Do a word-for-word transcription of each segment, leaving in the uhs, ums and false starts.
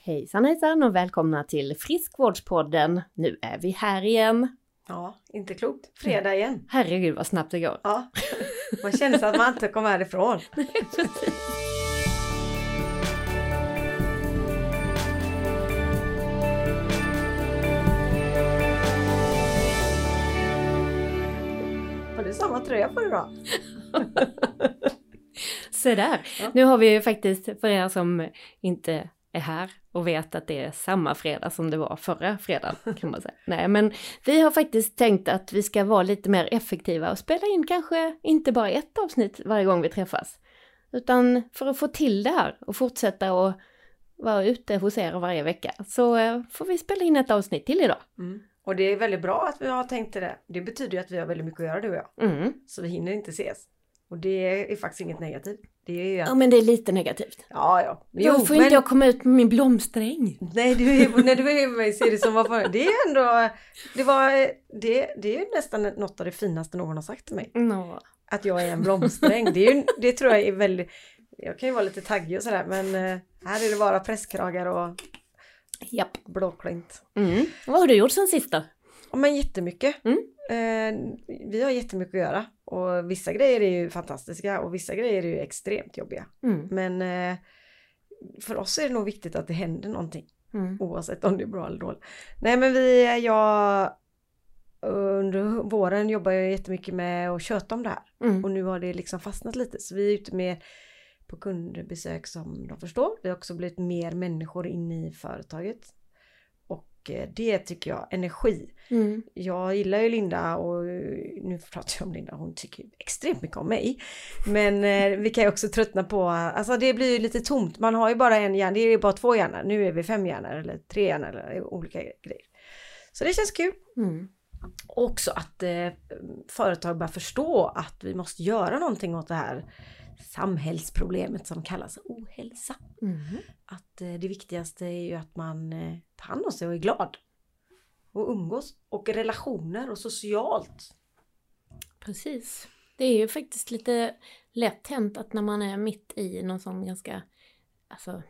Hejsan hejsan och välkomna till Friskvårdspodden. Nu är vi här igen. Ja, inte klokt. Fredag igen. Herregud vad snabbt det går. Ja, man känner sig att man inte kommer härifrån. Precis. Har du samma tröja på idag? Så där. Ja. Nu har vi ju faktiskt, för er som inte är här och vet att det är samma fredag som det var förra fredagen kan man säga. Nej, men vi har faktiskt tänkt att vi ska vara lite mer effektiva och spela in kanske inte bara ett avsnitt varje gång vi träffas. Utan för att få till det här och fortsätta och vara ute hos er varje vecka så får vi spela in ett avsnitt till idag. Mm. Och det är väldigt bra att vi har tänkt det. Det betyder ju att vi har väldigt mycket att göra, du och jag. Mm. Så vi hinner inte ses. Och det är faktiskt inget negativt. Det är ju att... Ja, men det är lite negativt. Ja, ja. Jo, Då får men... inte jag komma ut med min blomsträng. Nej, du är, när du är med mig ser det som varför. Det är ändå, det var, det, det är ju nästan något av det finaste någon har sagt till mig. No. Att jag är en blomsträng. Det, är ju, det tror jag är väldigt, jag kan ju vara lite taggig och sådär, men här är det bara presskragar och japp, blåklint. Mm. Vad har du gjort sen sist då? Ja, men jättemycket. Mm. Eh, vi har jättemycket att göra. Och vissa grejer är ju fantastiska och vissa grejer är ju extremt jobbiga. Mm. Men eh, för oss är det nog viktigt att det händer någonting. Mm. Oavsett om det är bra eller dåligt. Nej, men vi, jag under våren jobbar jag jättemycket med att köta om det här. Mm. Och nu har det liksom fastnat lite. Så vi är ute med på kundbesök som de förstår. Det har också blivit mer människor in i företaget. Och det tycker jag, energi. Mm. Jag gillar ju Linda och nu pratar jag om Linda, hon tycker extremt mycket om mig. Men eh, vi kan ju också tröttna på, alltså det blir ju lite tomt. Man har ju bara en hjärna, det är ju bara två hjärnor. Nu är vi fem hjärnor eller tre hjärnor eller olika grejer. Så det känns kul. Mm. Och också att eh, företag börjar förstå att vi måste göra någonting åt det här samhällsproblemet som kallas ohälsa. Mm. Att eh, det viktigaste är ju att man eh, tar hand om sig och är glad. Och umgås. Och relationer och socialt. Precis. Det är ju faktiskt lite lätt hänt att när man är mitt i någon sån ganska alltså,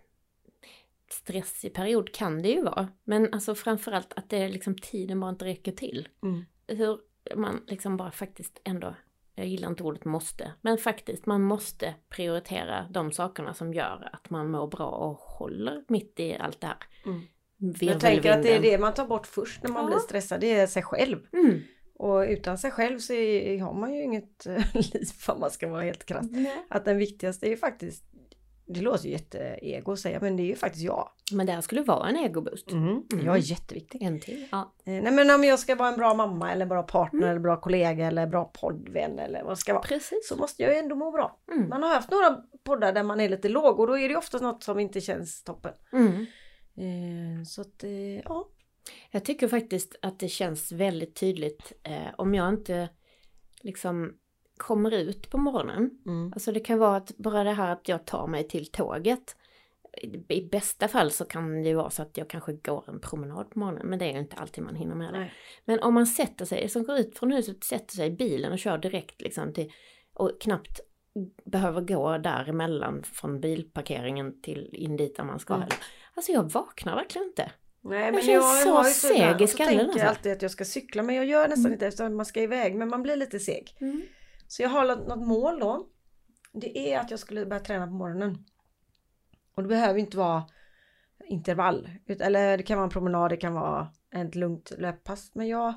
stressig period kan det ju vara. Men alltså framförallt att det är liksom tiden bara inte räcker till. Mm. Hur man liksom bara faktiskt ändå, jag gillar inte ordet måste, men faktiskt man måste prioritera de sakerna som gör att man mår bra och håller mitt i allt det här. Mm. Jag tänker att det är det man tar bort först när man ja. blir stressad. Det är sig själv. Mm. Och utan sig själv så är, har man ju inget liv om man ska vara helt krass. Nej. Att den viktigaste är ju faktiskt, det låter ju jätteego att säga, men det är ju faktiskt jag. Men det här skulle vara en egoboost. Mm. Mm. Jag är jätteviktig. En till. Ja. Nej, men om jag ska vara en bra mamma eller en bra partner Mm. eller bra kollega eller bra poddvän eller vad det ska vara. Precis. Så måste jag ju ändå må bra. Mm. Man har haft några poddar där man är lite låg och då är det ju oftast något som inte känns toppen. Mm. Eh, så att, eh, ja. Jag tycker faktiskt att det känns väldigt tydligt eh, om jag inte liksom kommer ut på morgonen. Mm. Alltså det kan vara att bara det här att jag tar mig till tåget. I, i bästa fall så kan det vara så att jag kanske går en promenad på morgonen. Men det är ju inte alltid man hinner med det. Nej. Men om man sätter sig, som går ut från huset, sätter sig i bilen och kör direkt liksom till, och knappt behöver gå däremellan från bilparkeringen till in dit där man ska. Mm. Alltså jag vaknar verkligen inte. Nej, jag men känns jag, så jag har seg i så skallen. tänker Alltså. jag alltid att jag ska cykla, men jag gör nästan Mm. inte eftersom man ska iväg, men man blir lite seg. Mm. Så jag har något mål då. Det är att jag skulle börja träna på morgonen. Och det behöver inte vara intervall. Eller det kan vara en promenad, det kan vara ett lugnt löppass. Men jag,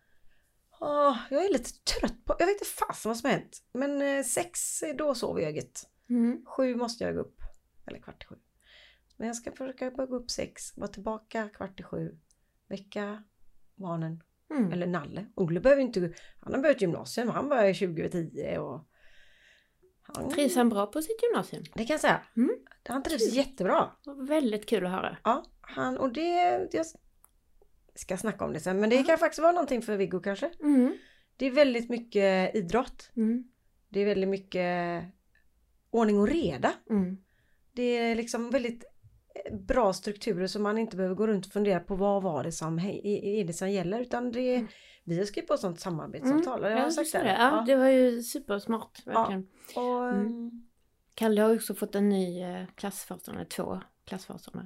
åh, jag är lite trött på, jag vet inte fast vad som har hänt. Men eh, sex, då sover jag gött. Mm. Sju måste jag gå upp. Eller kvart i sju. Men jag ska försöka bara gå upp sex. Vara tillbaka kvart i sju. Väcka barnen. Mm. Eller Nalle. Olle behöver inte, han har börjat gymnasium. Han börjar tjugo över tio och han, Trivs han bra på sitt gymnasium? det kan jag säga. Mm. Han trivs jättebra. Väldigt kul att höra. Ja, han, och det, jag ska snacka om det sen. Men det Ja. kan faktiskt vara någonting för Viggo kanske. Mm. Det är väldigt mycket idrott. Mm. Det är väldigt mycket ordning och reda. Mm. Det är liksom väldigt bra strukturer så man inte behöver gå runt och fundera på vad var det som, är det som gäller. Utan det, mm. vi har skrivit på ett sånt samarbetsavtal. Mm. Jag har Ja, sagt det. det. Ja, Ja. det var ju supersmart, verkligen. Ja. Och, Mm. Kalle har också fått en ny klassförståndare, två klassförståndare.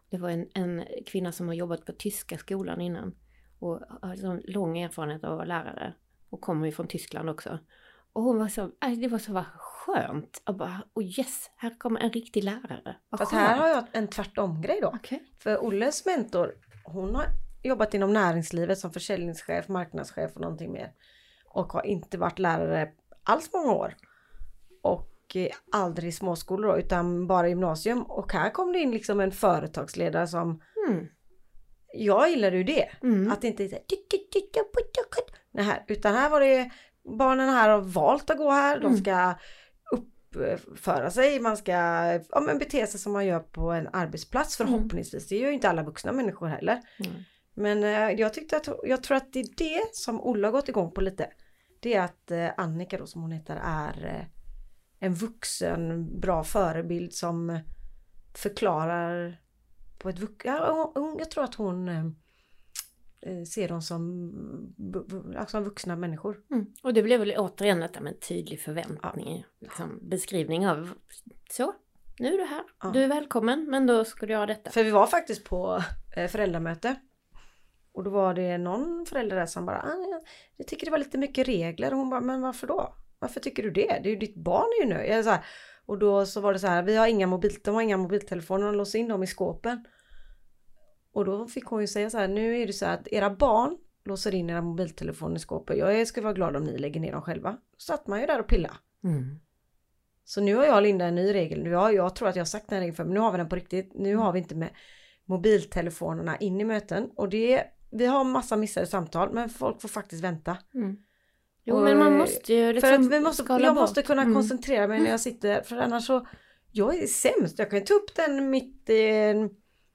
Det var en, en kvinna som har jobbat på tyska skolan innan. Och har liksom lång erfarenhet av att vara lärare. Och kommer ju från Tyskland också. Och hon var så, äh, det var så var skönt. Och bara, oh yes, här kommer en riktig lärare. Vad Fast skönt. här har jag en tvärtom-grej då. Okay. För Olles mentor, hon har jobbat inom näringslivet som försäljningschef, marknadschef och någonting mer. Och har inte varit lärare alls många år. Och eh, aldrig i småskolor då, utan bara gymnasium. Och här kom det in liksom en företagsledare som... Mm. Jag gillar ju det. Mm. Att det inte är så här, här. Utan här var det... Barnen här har valt att gå här. De ska uppföra sig. Man ska ja, men bete sig som man gör på en arbetsplats. Förhoppningsvis. Det gör ju inte alla vuxna människor heller. Mm. Men eh, jag tyckte att... Jag tror att det är det som Olla har gått igång på lite. Det är att eh, Annika då som hon heter är... Eh, en vuxen, bra förebild som förklarar på ett vuxen... Ja, jag tror att hon eh, ser dem som alltså vuxna människor. Mm. Och det blev väl återigen detta med en tydlig förväntning. Ja. Liksom, beskrivning av så, nu är du här. Ja. Du är välkommen, men då ska du göra detta. För vi var faktiskt på eh, föräldramöte. Och då var det någon förälder där som bara, ah, jag tycker det var lite mycket regler. Och hon bara, men varför då? Varför tycker du det? Det är ju ditt barn är ju nu. Jag så här, och då så var det så här, vi har inga, mobil, de har inga mobiltelefoner, de låser in dem i skåpen. Och då fick hon ju säga så här, nu är det så här att era barn låser in era mobiltelefoner i skåpet. Jag skulle vara glad om ni lägger ner dem själva. Då satt man ju där och pilla. Mm. Så nu har jag och Linda en ny regel. Nu har, jag tror att jag har sagt den regeln för, men nu har vi den på riktigt. Nu har vi inte med mobiltelefonerna in i möten. Och det, vi har massa missade samtal, men folk får faktiskt vänta. Mm. Jo, och, men man måste ju liksom för att vi måste, jag bort. måste kunna mm. koncentrera mig när jag sitter, för annars så, jag är sämst. Jag kan ta upp den mitt i en,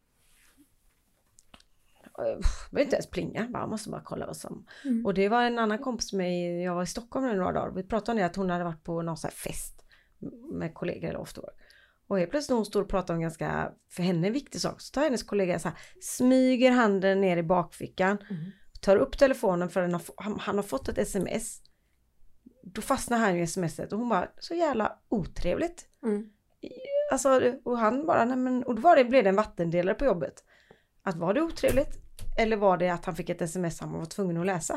jag vet inte ens plinga, jag måste bara kolla vad som, mm. och det var en annan kompis med mig, jag var i Stockholm i några dagar, vi pratade om det att hon hade varit på någon sån här fest med kollegor eller ofta. Och helt plötsligt hon står och pratar om ganska, för henne en viktig sak, så tar hennes kollega så här, smyger handen ner i bakfickan, mm. tar upp telefonen för han har, han, han har fått ett sms. Då fastnar han i smset och hon bara, så jävla otrevligt. Mm. Alltså, och han bara, nej men, och då var det, blev det en vattendelare på jobbet. Att var det otrevligt? Eller var det att han fick ett sms han var tvungen att läsa?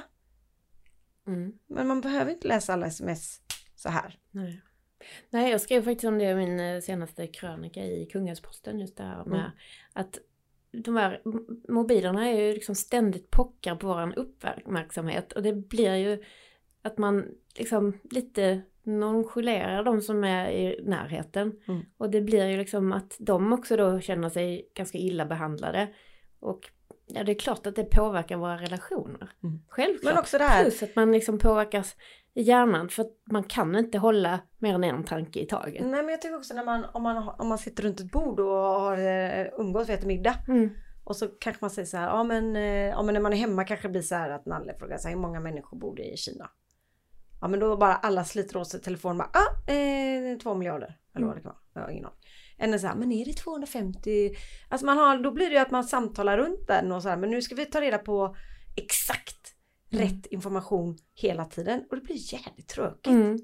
Mm. Men man behöver inte läsa alla sms så här. Nej. Nej, jag skrev faktiskt om det i min senaste krönika i Kungälvsposten just det här med mm. att de här mobilerna är ju liksom ständigt pockar på våran uppmärksamhet och det blir ju att man liksom lite nonchalerar de som är i närheten mm. och det blir ju liksom att de också då känner sig ganska illa behandlade och ja, det är klart att det påverkar våra relationer. Mm. Självklart. Men också det här. Plus att man liksom påverkas i hjärnan för att man kan inte hålla mer än en tanke i taget. Nej, men jag tycker också när man, om man, om man sitter runt ett bord och har umgås vid middag mm. och så kanske man säger så här, ja men, ja men när man är hemma kanske det blir så här att Nalle frågar sig hur många människor bor det i Kina. Ja men då bara alla sliter åt sig telefonen bara, ah, eh, två miljarder. Eller vad det kan vara, jag har ingen aning. Eller så här, men är det tvåhundrafemtio? Alltså man har, då blir det ju att man samtalar runt den och så här, men nu ska vi ta reda på exakt mm. rätt information hela tiden. Och det blir jävligt tråkigt. Mm.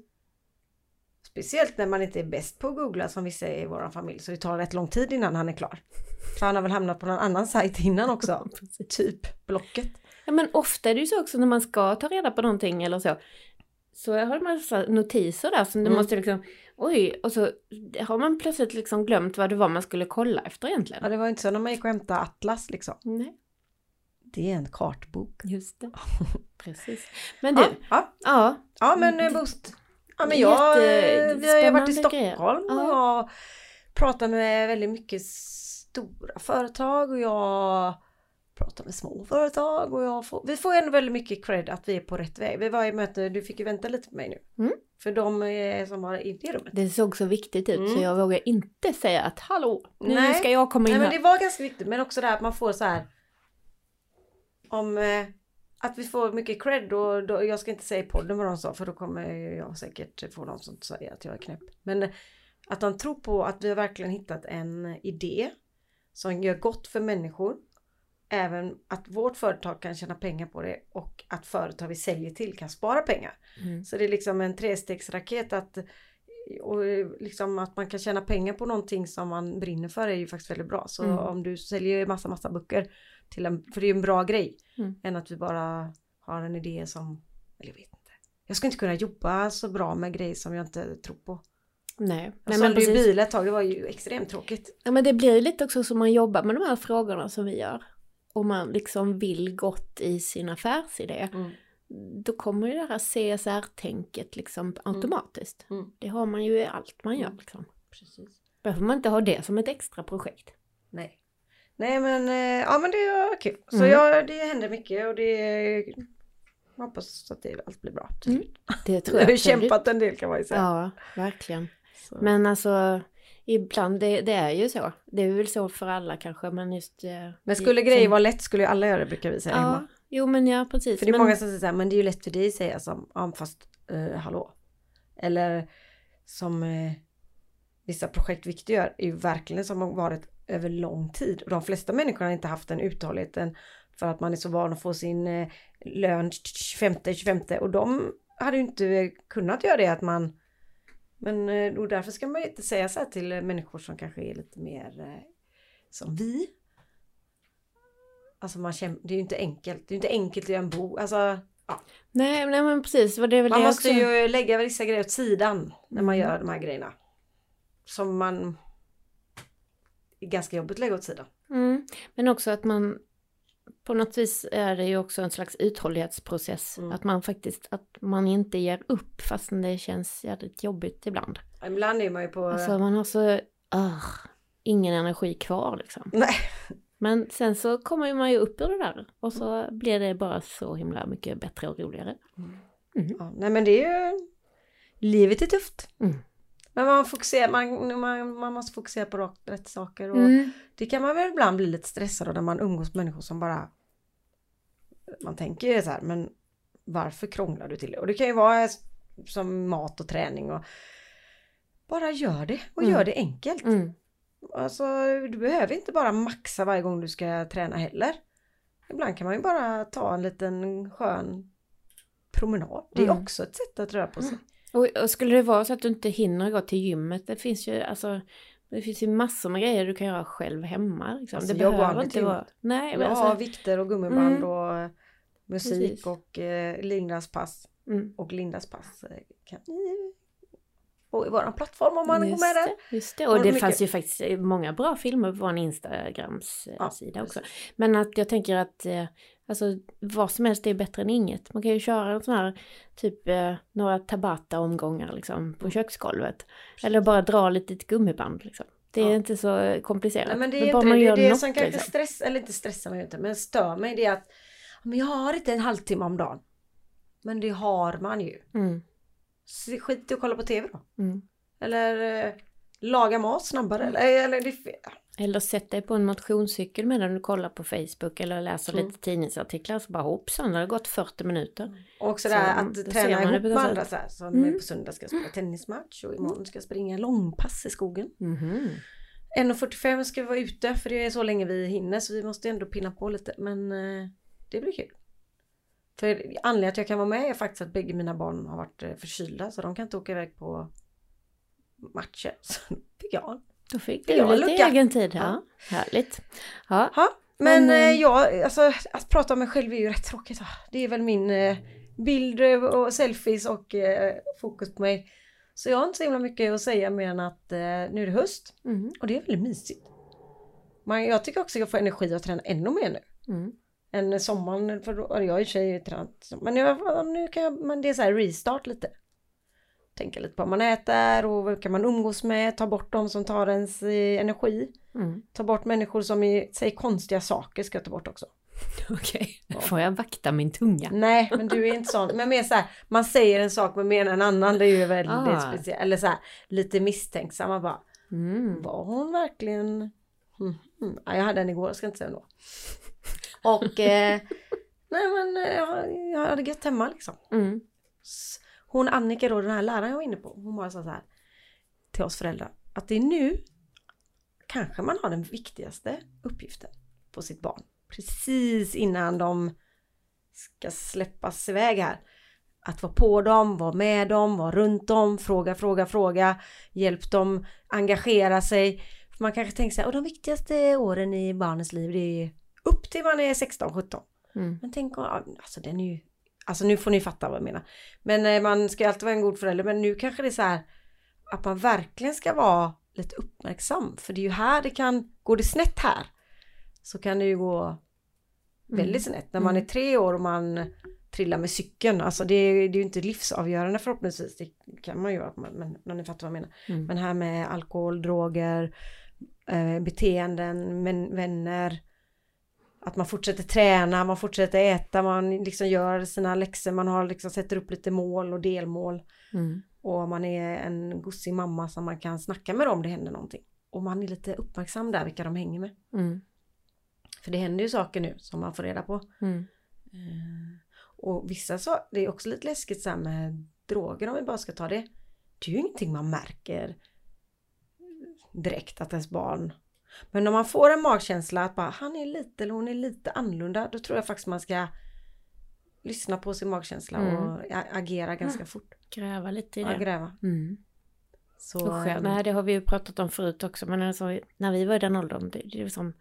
Speciellt när man inte är bäst på att googla som vi säger i vår familj. Så det tar rätt lång tid innan han är klar. För han har väl hamnat på någon annan sajt innan också. Typ Blocket. Ja men ofta är det ju så också när man ska ta reda på någonting eller så. Så har man massa notiser där som du mm. måste liksom, oj, och så har man plötsligt liksom glömt vad det var man skulle kolla efter egentligen. Ja, det var inte så när man gick och hämtade Atlas liksom. Nej. Det är en kartbok. Just det. Precis. Men du. Ja, ja. ja. ja men Boost. Ja, men jag, vi har varit i Stockholm ja. och jag pratar med väldigt mycket stora företag och jag pratar med små företag och jag får, vi får ändå väldigt mycket cred att vi är på rätt väg. Vi var i möte, du fick ju vänta lite på mig nu. Mm. För de är, som har i det rummet. Det såg så viktigt ut mm. så jag vågar inte säga att hallå, nu Nej. ska jag komma in Nej, här. men det var ganska viktigt, men också det här att man får så här om eh, att vi får mycket cred och då, jag ska inte säga i podden vad de sa för då kommer jag säkert få någon som säger att jag är knäpp. Men att de tror på att vi har verkligen hittat en idé som gör gott för människor. Även att vårt företag kan tjäna pengar på det och att företag vi säljer till kan spara pengar. Mm. Så det är liksom en trestegsraket att och liksom att man kan tjäna pengar på någonting som man brinner för är ju faktiskt väldigt bra. Så mm. om du säljer massa massa böcker till en, för det är ju en bra grej mm. än att vi bara har en idé som, eller jag vet inte. Jag skulle inte kunna jobba så bra med grejer som jag inte tror på. Nej. Jag sålde ju bil ett tag, det var ju extremt tråkigt. Ja, men det blir ju lite också som man jobbar med de här frågorna som vi gör. Och man liksom vill gott i sin affärsidé. Mm. Då kommer ju det här C S R-tänket liksom automatiskt. Mm. Mm. Det har man ju i allt man gör mm. liksom. Precis. Behöver man inte ha det som ett extra projekt. Nej. Nej men, ja men det är kul. Så mm. jag, det händer mycket och det är, jag hoppas att det allt blir bra. Mm. Det tror jag. Jag har kämpat en del kan man ju säga. Ja, verkligen. Så. Men alltså, ibland, det, det är ju så. Det är väl så för alla kanske, men just... Men skulle grejer vara lätt skulle ju alla göra det, brukar vi säga ja. hemma. Jo men ja, precis. För det är men... många som säger så här, men det är ju lätt för dig att säga som, ja fast, uh, hallå. Eller som uh, vissa projekt Victor gör är ju verkligen som har varit över lång tid. Och de flesta människor har inte haft den uthålligheten för att man är så van att få sin uh, lön tjugofemte tjugofemte. Och de hade ju inte kunnat göra det att man, men uh, och därför ska man ju inte säga så här till uh, människor som kanske är lite mer uh, som vi. Alltså man käm- det är ju inte enkelt. Det är ju inte enkelt att göra en bok. Alltså, ja. nej, nej men precis. Vad det är väl man det måste också... ju lägga vissa grejer åt sidan när man mm. gör de här grejerna. Som man är ganska jobbigt att lägga åt sidan. Mm. Men också att man på något vis är det ju också en slags uthållighetsprocess. Mm. Att man faktiskt, att man inte ger upp fastän det känns jävligt jobbigt ibland. Ibland är man ju på... Alltså man har så, uh, ingen energi kvar liksom. Nej. Men sen så kommer man ju upp ur det där. Och så mm. blir det bara så himla mycket bättre och roligare. Mm. Mm. Ja, nej men det är ju... Livet är tufft. Mm. Men man, fokuserar, man, man, man måste fokusera på rätt, rätt saker. Och mm. det kan man väl ibland bli lite stressad av när man umgås med människor som bara... Man tänker ju så här, men varför krånglar du till det? Och det kan ju vara som mat och träning. Och bara gör det. Och mm. gör det enkelt. Mm. Alltså, du behöver inte bara maxa varje gång du ska träna heller. Ibland kan man ju bara ta en liten skön promenad. Det är mm. också ett sätt att röra på sig. Mm. Och, och skulle det vara så att du inte hinner gå till gymmet, det finns ju alltså det finns ju massor med grejer du kan göra själv hemma. Liksom. Alltså, det jag behöver inte vara... Nej, men jag alltså... har vikter och gummiband mm. och musik Precis. och eh, Lindas pass. Mm. Och Lindas pass eh, kan ni... Och i vår plattform om man just går med det, där. Just det, och, och det mycket... fanns ju faktiskt många bra filmer på vår Instagrams ja, sida också. Precis. Men att jag tänker att eh, alltså, vad som helst är bättre än inget. Man kan ju köra en sån här typ eh, några Tabata-omgångar liksom, på köksgolvet. Precis. Eller bara dra lite ett gummiband liksom. Det är ja. inte så komplicerat. Nej, men det är men inte det, det, är det något, som kanske liksom. stress, eller inte stressar mig inte, men stör mig det är att men jag har inte en halvtimme om dagen. Men det har man ju. Mm. Skit i att kolla på tv då. Mm. Eller eh, laga mat snabbare. Mm. Eller, eller, det, ja. eller sätta dig på en motionscykel medan du kollar på Facebook. Eller läser mm. lite tidningsartiklar. Så bara hoppsan, det har gått fyrtio minuter. Mm. Och också så, där att träna ihop med andra. Så här, som mm. på söndag ska spela tennismatch. Och imorgon ska jag springa långpass i skogen. Mm. en fyrtiofem ska vi vara ute. För det är så länge vi hinner. Så vi måste ändå pinna på lite. Men eh, det blir kul. För anledningen att jag kan vara med är faktiskt att bägge mina barn har varit förkylda. Så de kan inte åka iväg på matcher. Så fick jag. Då fick du lite lucka. Egen tid. Ja. Ja. Härligt. Ja. Ja. Men, Men äh, jag, alltså, att prata om mig själv är ju rätt tråkigt. Va? Det är väl min äh, bild och selfies och äh, fokus på mig. Så jag har inte så himla mycket att säga mer än att äh, nu är det höst. Mm. Och det är väldigt mysigt. Men jag tycker också att jag får energi att träna ännu mer nu. Mm. En sommaren, för jag är tjej tränat. Men jag, nu kan jag, men det är så här restart lite. Tänka lite på vad man äter och vad kan man umgås med. Ta bort de som tar ens energi. Mm. Ta bort människor som är, säger konstiga saker ska jag ta bort också. Okej, okay. Får jag vakta min tunga? Nej, men du är inte sån. Men mer så här, man säger en sak men menar en annan. Det är ju väldigt ah. speciellt. Eller så här, lite misstänksamma bara. Mm. Var hon verkligen... Mm. Mm. Ja, jag hade den igår, jag ska inte säga något. Och eh, nej men jag, jag hade gett hemma liksom. Mm. Hon Annika då, den här läraren jag var inne på. Hon bara sa så här till oss föräldrar. Att det är nu kanske man har den viktigaste uppgiften på sitt barn. Precis innan de ska släppas iväg här. att vara på dem, vara med dem, vara runt dem, fråga, fråga, fråga, hjälp dem engagera sig. För man kanske tänker så här, och de viktigaste åren i barnens liv, det är upp till man är sexton sjutton. Mm. Men tänk om, alltså den är ju, alltså nu får ni fatta vad jag menar. Men man ska alltid vara en god förälder, men nu kanske det är så här att man verkligen ska vara lite uppmärksam. För det är ju här det kan, går det snett här, så kan det ju gå väldigt snett. När man är tre år och man trillar med cykeln. Alltså det är, det är ju inte livsavgörande förhoppningsvis. Det kan man ju göra, men, men ni fattar vad jag menar. Mm. Men här med alkohol, droger, eh, beteenden, men, vänner. Att man fortsätter träna, man fortsätter äta, man liksom gör sina läxor. Man har liksom, sätter upp lite mål och delmål. Mm. Och man är en gossig mamma som man kan snacka med om det händer någonting. Och man är lite uppmärksam där vilka de hänger med. Mm. För det händer ju saker nu som man får reda på. Mm. Uh, och vissa så, det är också lite läskigt så här med droger, om vi bara ska ta det. Det är ju ingenting man märker direkt att ens barn. Men när man får en magkänsla att bara, han är lite eller hon är lite annorlunda, då tror jag faktiskt man ska lyssna på sin magkänsla mm. och agera ganska mm. fort. Gräva lite i det. Ja, gräva. Mm. Så, Usch, ja. Nej, det har vi ju pratat om förut också, men alltså, när vi var i den åldern, det, det är som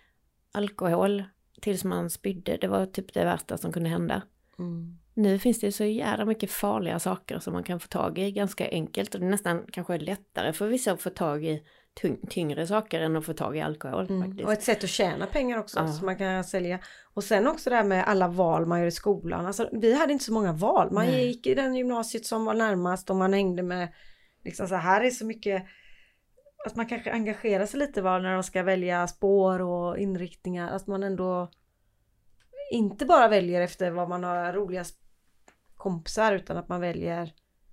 alkohol tills man spydde, det var typ det värsta som kunde hända. Mm. Nu finns det så jävla mycket farliga saker som man kan få tag i ganska enkelt, och det är nästan kanske lättare för vissa att få tag i tyng- tyngre saker än att få tag i alkohol. Mm. Faktiskt. Och ett sätt att tjäna pengar också, ja. som man kan sälja. Och sen också det här med alla val man gör i skolan. Alltså, vi hade inte så många val. Man Nej. gick i den gymnasiet som var närmast och man hängde med, liksom så här är så mycket, att man kanske engagerar sig lite var när de ska välja spår och inriktningar. Att man ändå inte bara väljer efter vad man har roligast kompisar, utan att man väljer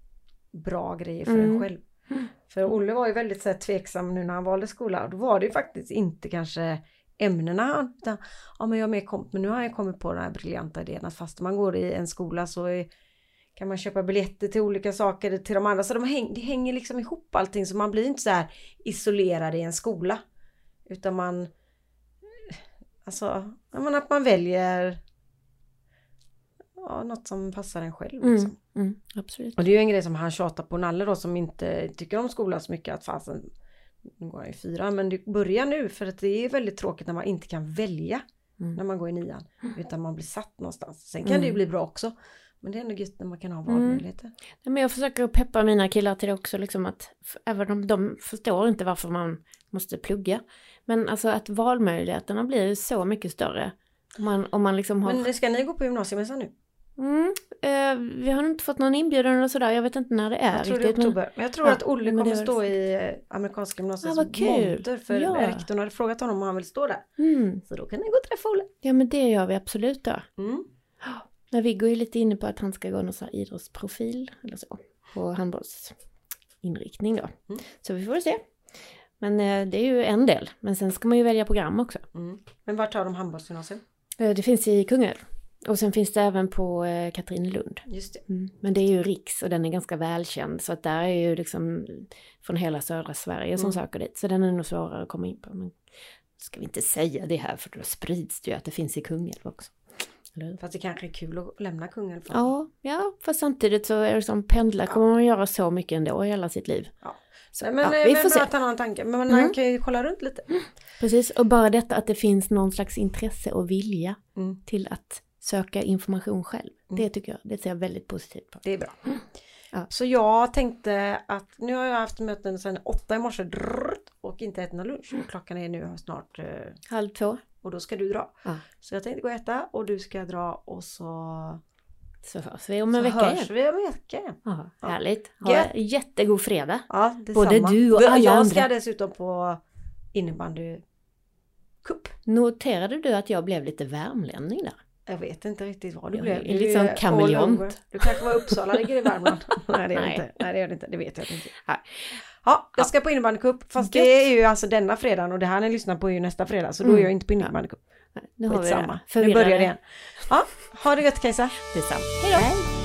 bra grejer för mm. en själv. Mm. För Olle var ju väldigt så här, tveksam nu när han valde skola. Då var det ju faktiskt inte kanske ämnena. Utan, ja, men jag med kom, men nu har jag kommit på den här briljanta idén att fast man går i en skola så är, kan man köpa biljetter till olika saker till de andra. Så de häng, det hänger liksom ihop allting, så man blir inte så här isolerad i en skola. Utan man, alltså, att man väljer ja, något som passar en själv. Liksom. Mm, mm, absolut. Och det är ju en grej som han tjatar på Nalle då, som inte tycker om skolan så mycket, att fasen, nu går jag i fyra, men det börjar nu, för att det är väldigt tråkigt när man inte kan välja mm. när man går i nian, utan man blir satt någonstans. Sen kan mm. det ju bli bra också, men det är ändå gött när man kan ha valmöjligheter. Mm. Men jag försöker peppa mina killar till det också, liksom att även om de förstår inte varför man måste plugga, men alltså att valmöjligheterna blir så mycket större om man, om man liksom har... Men ska ni gå på gymnasiemässan nu? Mm, eh, vi har inte fått någon inbjudan eller sådär. Jag vet inte när det är. Jag tror riktigt, det är oktober. Men jag tror ja, att Olle kommer stå i amerikanska gymnasiets ah, monter. För ja. rektorn hade frågat honom om han vill stå där. Mm. Så då kan ni gå och träffa Olle. Ja, men det gör vi absolut då. Mm. När vi går ju lite inne på att han ska gå någon sån här idrottsprofil eller så. På handbollsinriktning då. Mm. Så vi får se. Men eh, det är ju en del. Men sen ska man ju välja program också. Mm. Men var tar de handbollsgymnasiet? Eh, det finns i Kungälv. Och sen finns det även på eh, Katrinelund. Just det. Mm. Men det är ju Riks och den är ganska välkänd. Så att där är ju liksom från hela södra Sverige som mm. söker dit. Så den är nog svårare att komma in på. Men ska vi inte säga det här, för då sprids det ju att det finns i Kungälv också. Eller? Fast det kanske är kul att lämna Kungälv. Ja, ja, fast samtidigt så är det som pendlar. Kommer man göra så mycket ändå i hela sitt liv. Ja. Så, men ja, vi får se. Att han har en tanke. Men man mm. kan ju kolla runt lite. Mm. Precis, och bara detta att det finns någon slags intresse och vilja mm. till att söka information själv. Mm. Det tycker jag, det ser jag väldigt positivt på. Det är bra. Mm. Ja. Så jag tänkte att nu har jag haft möten sedan åtta i morse drrrt, och inte ätit någon lunch. Klockan är nu snart eh, halv två. Och då ska du dra. Ja. Så jag tänkte gå och äta och du ska dra och så... Så hörs vi om en så vecka hörs igen. vi om en vecka igen. Ja, härligt. Ha en jättegod fredag. Ja, både du och alla jag andra. Jag ska dessutom på innebandycup. Noterade du att jag blev lite värmlänning där? Jag vet inte riktigt vad du jag blev. Är lite som kameleont. Du kanske var Uppsala, ligger i Värmland. Nej, det gör det inte. Nej, det gör det inte. Det vet jag inte. Nej. Ja, jag ska på innebandycup. Fast Gött. Det är ju alltså denna fredagen och det här ni lyssnar på är ju nästa fredag. Så då är jag inte på innebandycup. Nu har vi det. Nu börjar det igen. Ja, ha det gött, Kajsa. Detsamma. Hej då. Hej.